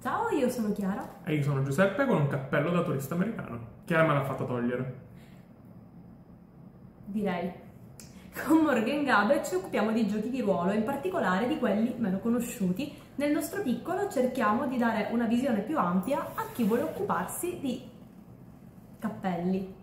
Ciao, io sono Chiara. E io sono Giuseppe con un cappello da turista americano. Chiara me l'ha fatto togliere. Direi. Con Morgan Gabe ci occupiamo di giochi di ruolo, in particolare di quelli meno conosciuti. Nel nostro piccolo cerchiamo di dare una visione più ampia a chi vuole occuparsi di cappelli.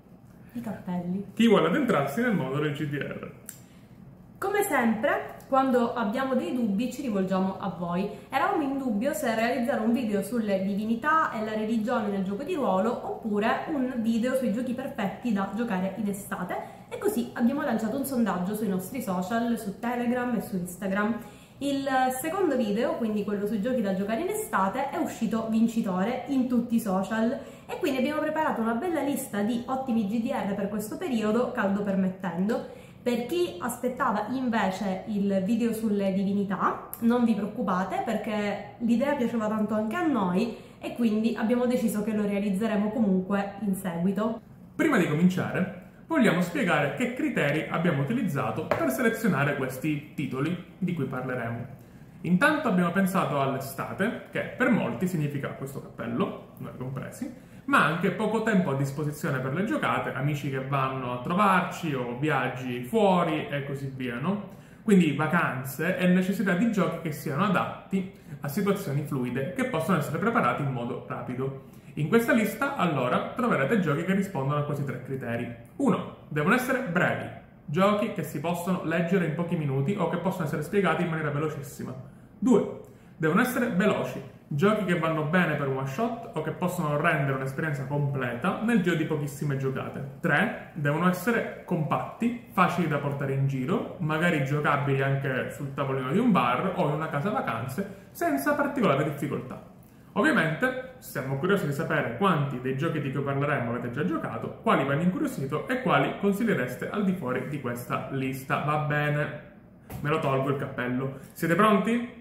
Chi vuole addentrarsi nel mondo del GDR. Come sempre, quando abbiamo dei dubbi ci rivolgiamo a voi. Eravamo in dubbio se realizzare un video sulle divinità e la religione nel gioco di ruolo oppure un video sui giochi perfetti da giocare in estate, e così abbiamo lanciato un sondaggio sui nostri social, su Telegram e su Instagram. Il secondo video, quindi quello sui giochi da giocare in estate, è uscito vincitore in tutti i social e quindi abbiamo preparato una bella lista di ottimi GDR per questo periodo, caldo permettendo. Per chi aspettava invece il video sulle divinità, non vi preoccupate perché l'idea piaceva tanto anche a noi e quindi abbiamo deciso che lo realizzeremo comunque in seguito. Prima di cominciare, vogliamo spiegare che criteri abbiamo utilizzato per selezionare questi titoli di cui parleremo. Intanto abbiamo pensato all'estate, che per molti significa questo cappello, noi compresi, ma anche poco tempo a disposizione per le giocate, amici che vanno a trovarci o viaggi fuori e così via, no? Quindi vacanze e necessità di giochi che siano adatti a situazioni fluide, che possono essere preparati in modo rapido. In questa lista, allora, troverete giochi che rispondono a questi tre criteri. 1. Devono essere brevi, giochi che si possono leggere in pochi minuti o che possono essere spiegati in maniera velocissima. 2. Devono essere veloci, giochi che vanno bene per one shot o che possono rendere un'esperienza completa nel giro di pochissime giocate. 3. Devono essere compatti, facili da portare in giro, magari giocabili anche sul tavolino di un bar o in una casa vacanze, senza particolare difficoltà. Ovviamente siamo curiosi di sapere quanti dei giochi di cui parleremo avete già giocato, quali vi hanno incuriosito e quali consigliereste al di fuori di questa lista. Va bene, me lo tolgo il cappello. Siete pronti?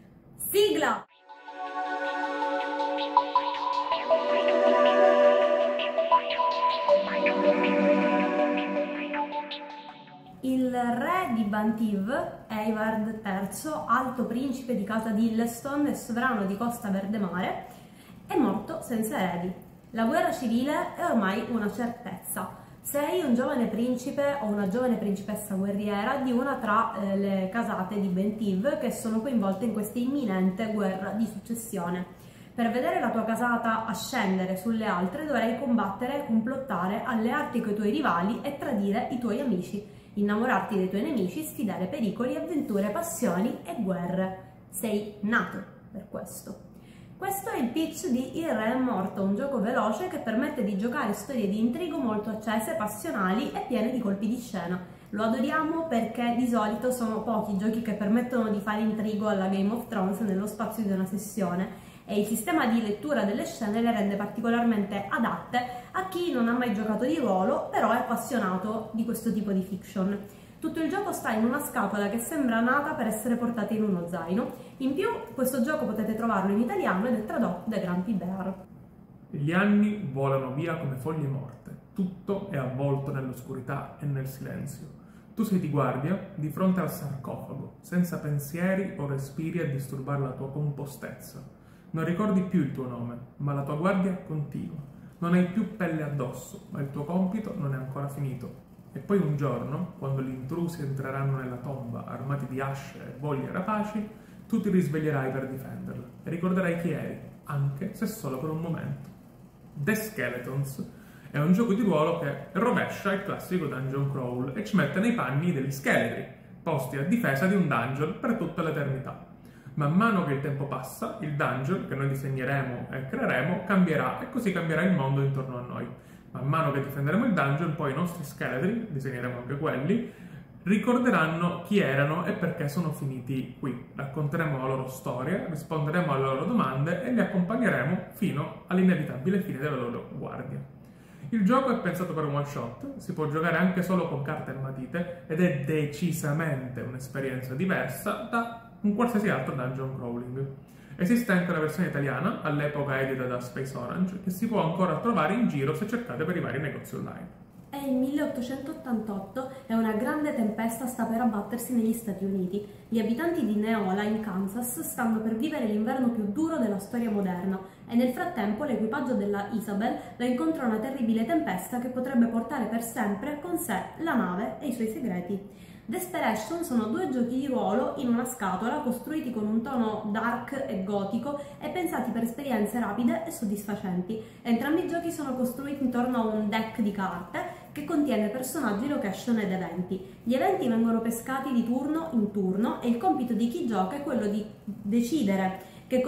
Sigla! Il re di Bantiv, Eivard III, alto principe di casa di Hilleston e sovrano di Costa Verdemare, è morto senza eredi. La guerra civile è ormai una certezza. Sei un giovane principe o una giovane principessa guerriera di una tra le casate di Bantiv che sono coinvolte in questa imminente guerra di successione. Per vedere la tua casata ascendere sulle altre dovrai combattere, complottare, allearti coi tuoi rivali e tradire i tuoi amici, innamorarti dei tuoi nemici, sfidare pericoli, avventure, passioni e guerre. Sei nato per questo. Questo è il pitch di Il Re è Morto, un gioco veloce che permette di giocare storie di intrigo molto accese, passionali e piene di colpi di scena. Lo adoriamo perché di solito sono pochi i giochi che permettono di fare intrigo alla Game of Thrones nello spazio di una sessione e il sistema di lettura delle scene le rende particolarmente adatte a chi non ha mai giocato di ruolo però è appassionato di questo tipo di fiction. Tutto il gioco sta in una scatola che sembra nata per essere portata in uno zaino. In più, questo gioco potete trovarlo in italiano ed è tradotto da Grumpy Bear. Gli anni volano via come foglie morte. Tutto è avvolto nell'oscurità e nel silenzio. Tu sei di guardia di fronte al sarcofago, senza pensieri o respiri a disturbare la tua compostezza. Non ricordi più il tuo nome, ma la tua guardia continua. Non hai più pelle addosso, ma il tuo compito non è ancora finito. E poi un giorno, quando gli intrusi entreranno nella tomba armati di asce e voglie rapaci, tu ti risveglierai per difenderla e ricorderai chi eri, anche se solo per un momento. The Skeletons è un gioco di ruolo che rovescia il classico dungeon crawl e ci mette nei panni degli scheletri, posti a difesa di un dungeon per tutta l'eternità. Man mano che il tempo passa, il dungeon che noi disegneremo e creeremo cambierà e così cambierà il mondo intorno a noi. Man mano che difenderemo il dungeon, poi i nostri scheletri, disegneremo anche quelli, ricorderanno chi erano e perché sono finiti qui. Racconteremo la loro storia, risponderemo alle loro domande e li accompagneremo fino all'inevitabile fine della loro guardia. Il gioco è pensato per un one shot, si può giocare anche solo con carte e matite ed è decisamente un'esperienza diversa da un qualsiasi altro dungeon crawling. Esiste anche una versione italiana, all'epoca edita da Space Orange, che si può ancora trovare in giro se cercate per i vari negozi online. È il 1888 e una grande tempesta sta per abbattersi negli Stati Uniti. Gli abitanti di Neola, in Kansas, stanno per vivere l'inverno più duro della storia moderna e nel frattempo l'equipaggio della Isabel la incontra una terribile tempesta che potrebbe portare per sempre con sé la nave e i suoi segreti. Desperation sono due giochi di ruolo in una scatola costruiti con un tono dark e gotico e pensati per esperienze rapide e soddisfacenti. Entrambi i giochi sono costruiti intorno a un deck di carte che contiene personaggi, location ed eventi. Gli eventi vengono pescati di turno in turno e il compito di chi gioca è quello di decidere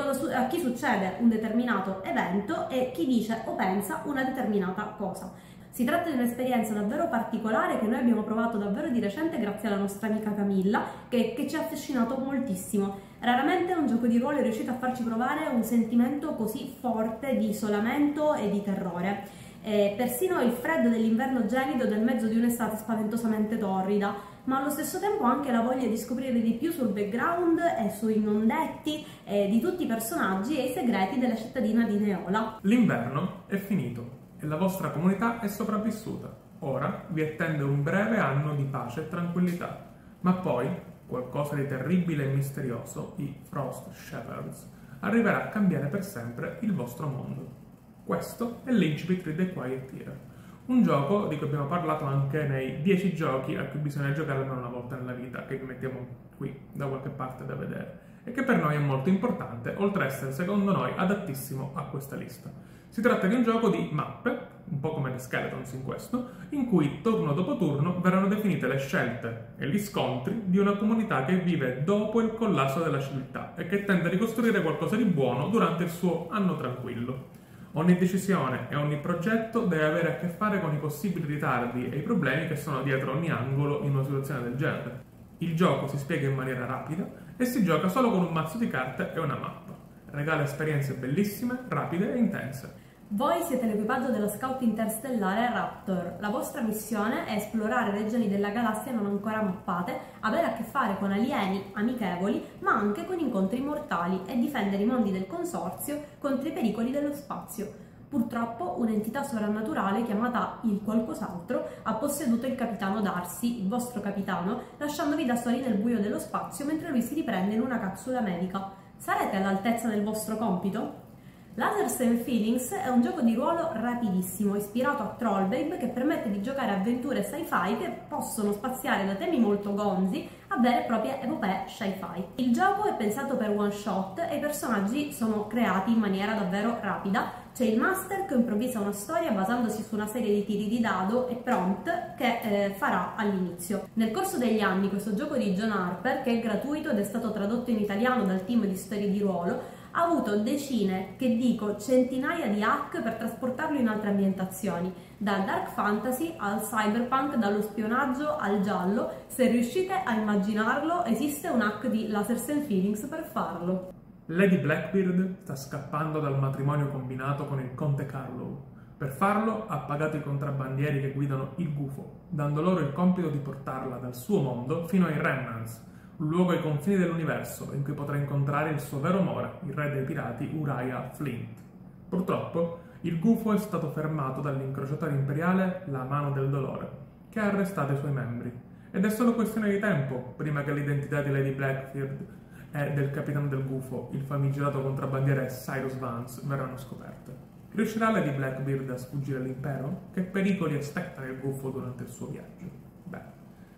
a chi succede un determinato evento e chi dice o pensa una determinata cosa. Si tratta di un'esperienza davvero particolare che noi abbiamo provato davvero di recente grazie alla nostra amica Camilla che ci ha affascinato moltissimo. Raramente un gioco di ruolo è riuscito a farci provare un sentimento così forte di isolamento e di terrore. Persino il freddo dell'inverno gelido nel mezzo di un'estate spaventosamente torrida, ma allo stesso tempo anche la voglia di scoprire di più sul background e sui non detti di tutti i personaggi e i segreti della cittadina di Neola. L'inverno è finito e la vostra comunità è sopravvissuta. Ora vi attende un breve anno di pace e tranquillità, ma poi qualcosa di terribile e misterioso, i Frost Shepherds, arriverà a cambiare per sempre il vostro mondo. Questo è l'Incipit di The Quiet Year, un gioco di cui abbiamo parlato anche nei 10 giochi a cui bisogna giocare almeno una volta nella vita, che vi mettiamo qui da qualche parte da vedere, e che per noi è molto importante, oltre ad essere secondo noi adattissimo a questa lista. Si tratta di un gioco di mappe, un po' come le Skeletons in questo, in cui turno dopo turno verranno definite le scelte e gli scontri di una comunità che vive dopo il collasso della civiltà e che tende a ricostruire qualcosa di buono durante il suo anno tranquillo. Ogni decisione e ogni progetto deve avere a che fare con i possibili ritardi e i problemi che sono dietro ogni angolo in una situazione del genere. Il gioco si spiega in maniera rapida e si gioca solo con un mazzo di carte e una mappa. Regala esperienze bellissime, rapide e intense. Voi siete l'equipaggio dello scout interstellare Raptor. La vostra missione è esplorare regioni della galassia non ancora mappate, avere a che fare con alieni amichevoli, ma anche con incontri mortali e difendere i mondi del consorzio contro i pericoli dello spazio. Purtroppo un'entità sovrannaturale chiamata il qualcos'altro ha posseduto il capitano Darcy, il vostro capitano, lasciandovi da soli nel buio dello spazio mentre lui si riprende in una capsula medica. Sarete all'altezza del vostro compito? Lasers and Feelings è un gioco di ruolo rapidissimo, ispirato a Trollbabe, che permette di giocare avventure sci-fi che possono spaziare da temi molto gonzi a vere e proprie epopee sci-fi. Il gioco è pensato per one shot e i personaggi sono creati in maniera davvero rapida. C'è il master che improvvisa una storia basandosi su una serie di tiri di dado e prompt che farà all'inizio. Nel corso degli anni questo gioco di John Harper, che è gratuito ed è stato tradotto in italiano dal team di storie di ruolo, ha avuto decine, che dico centinaia di hack per trasportarlo in altre ambientazioni, dal dark fantasy al cyberpunk, dallo spionaggio al giallo. Se riuscite a immaginarlo, esiste un hack di Lasers and Feelings per farlo. Lady Blackbeard sta scappando dal matrimonio combinato con il conte Carlow. Per farlo ha pagato i contrabbandieri che guidano il Gufo, dando loro il compito di portarla dal suo mondo fino ai Remnants, un luogo ai confini dell'universo in cui potrà incontrare il suo vero amore, il re dei pirati Uriah Flint. Purtroppo, il Gufo è stato fermato dall'incrociatore imperiale La Mano del Dolore, che ha arrestato i suoi membri, ed è solo questione di tempo prima che l'identità di Lady Blackbeard e del capitano del Gufo, il famigerato contrabbandiere Cyrus Vance, verranno scoperte. Riuscirà Lady Blackbeard a sfuggire all'impero? Che pericoli aspettano il Gufo durante il suo viaggio? Beh,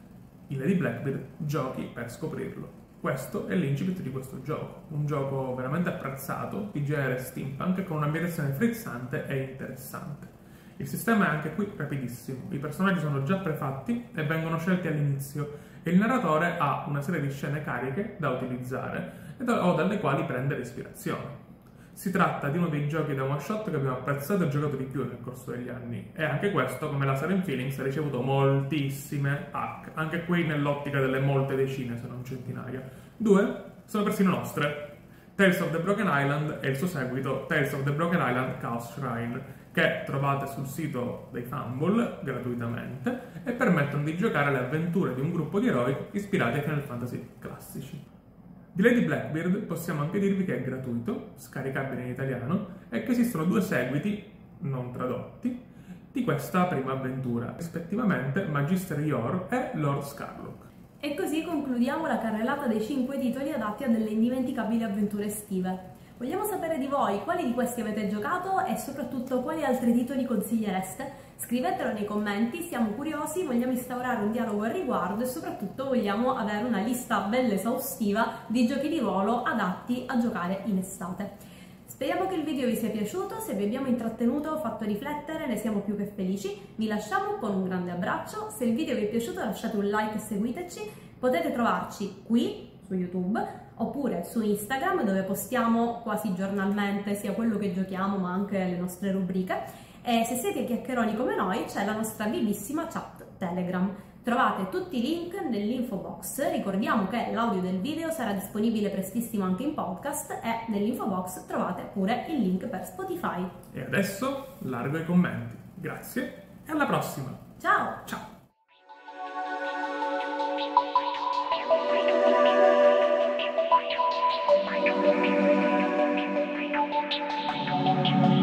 in Lady Blackbeard giochi per scoprirlo. Questo è l'incipit di questo gioco, un gioco veramente apprezzato, di genere steampunk, con un'ambientazione frizzante e interessante. Il sistema è anche qui rapidissimo, i personaggi sono già prefatti e vengono scelti all'inizio, e il narratore ha una serie di scene cariche da utilizzare o dalle quali prendere ispirazione. Si tratta di uno dei giochi da one shot che abbiamo apprezzato e giocato di più nel corso degli anni, e anche questo, come Laser and Feelings, ha ricevuto moltissime hack, anche qui nell'ottica delle molte decine, se non centinaia. 2 sono persino nostre: Tales of the Broken Island e il suo seguito Tales of the Broken Island Chaos Shrine, che trovate sul sito dei Fumble gratuitamente e permettono di giocare alle avventure di un gruppo di eroi ispirati ai Final Fantasy classici. Di Lady Blackbeard possiamo anche dirvi che è gratuito, scaricabile in italiano, e che esistono 2 seguiti non tradotti di questa prima avventura, rispettivamente Magister Yor e Lord Scarlock. E così concludiamo la carrellata dei 5 titoli adatti a delle indimenticabili avventure estive. Vogliamo sapere di voi quali di questi avete giocato e soprattutto quali altri titoli consigliereste? Scrivetelo nei commenti, siamo curiosi, vogliamo instaurare un dialogo al riguardo e soprattutto vogliamo avere una lista bella esaustiva di giochi di ruolo adatti a giocare in estate. Speriamo che il video vi sia piaciuto, se vi abbiamo intrattenuto o fatto riflettere ne siamo più che felici. Vi lasciamo con un grande abbraccio, se il video vi è piaciuto lasciate un like e seguiteci, potete trovarci qui su YouTube oppure su Instagram dove postiamo quasi giornalmente sia quello che giochiamo ma anche le nostre rubriche, e se siete chiacchieroni come noi c'è la nostra vivissima chat Telegram. Trovate tutti i link nell'info box, ricordiamo che l'audio del video sarà disponibile prestissimo anche in podcast e nell'info box trovate pure il link per Spotify. E adesso largo i commenti. Grazie e alla prossima! Ciao! Ciao! Thank you.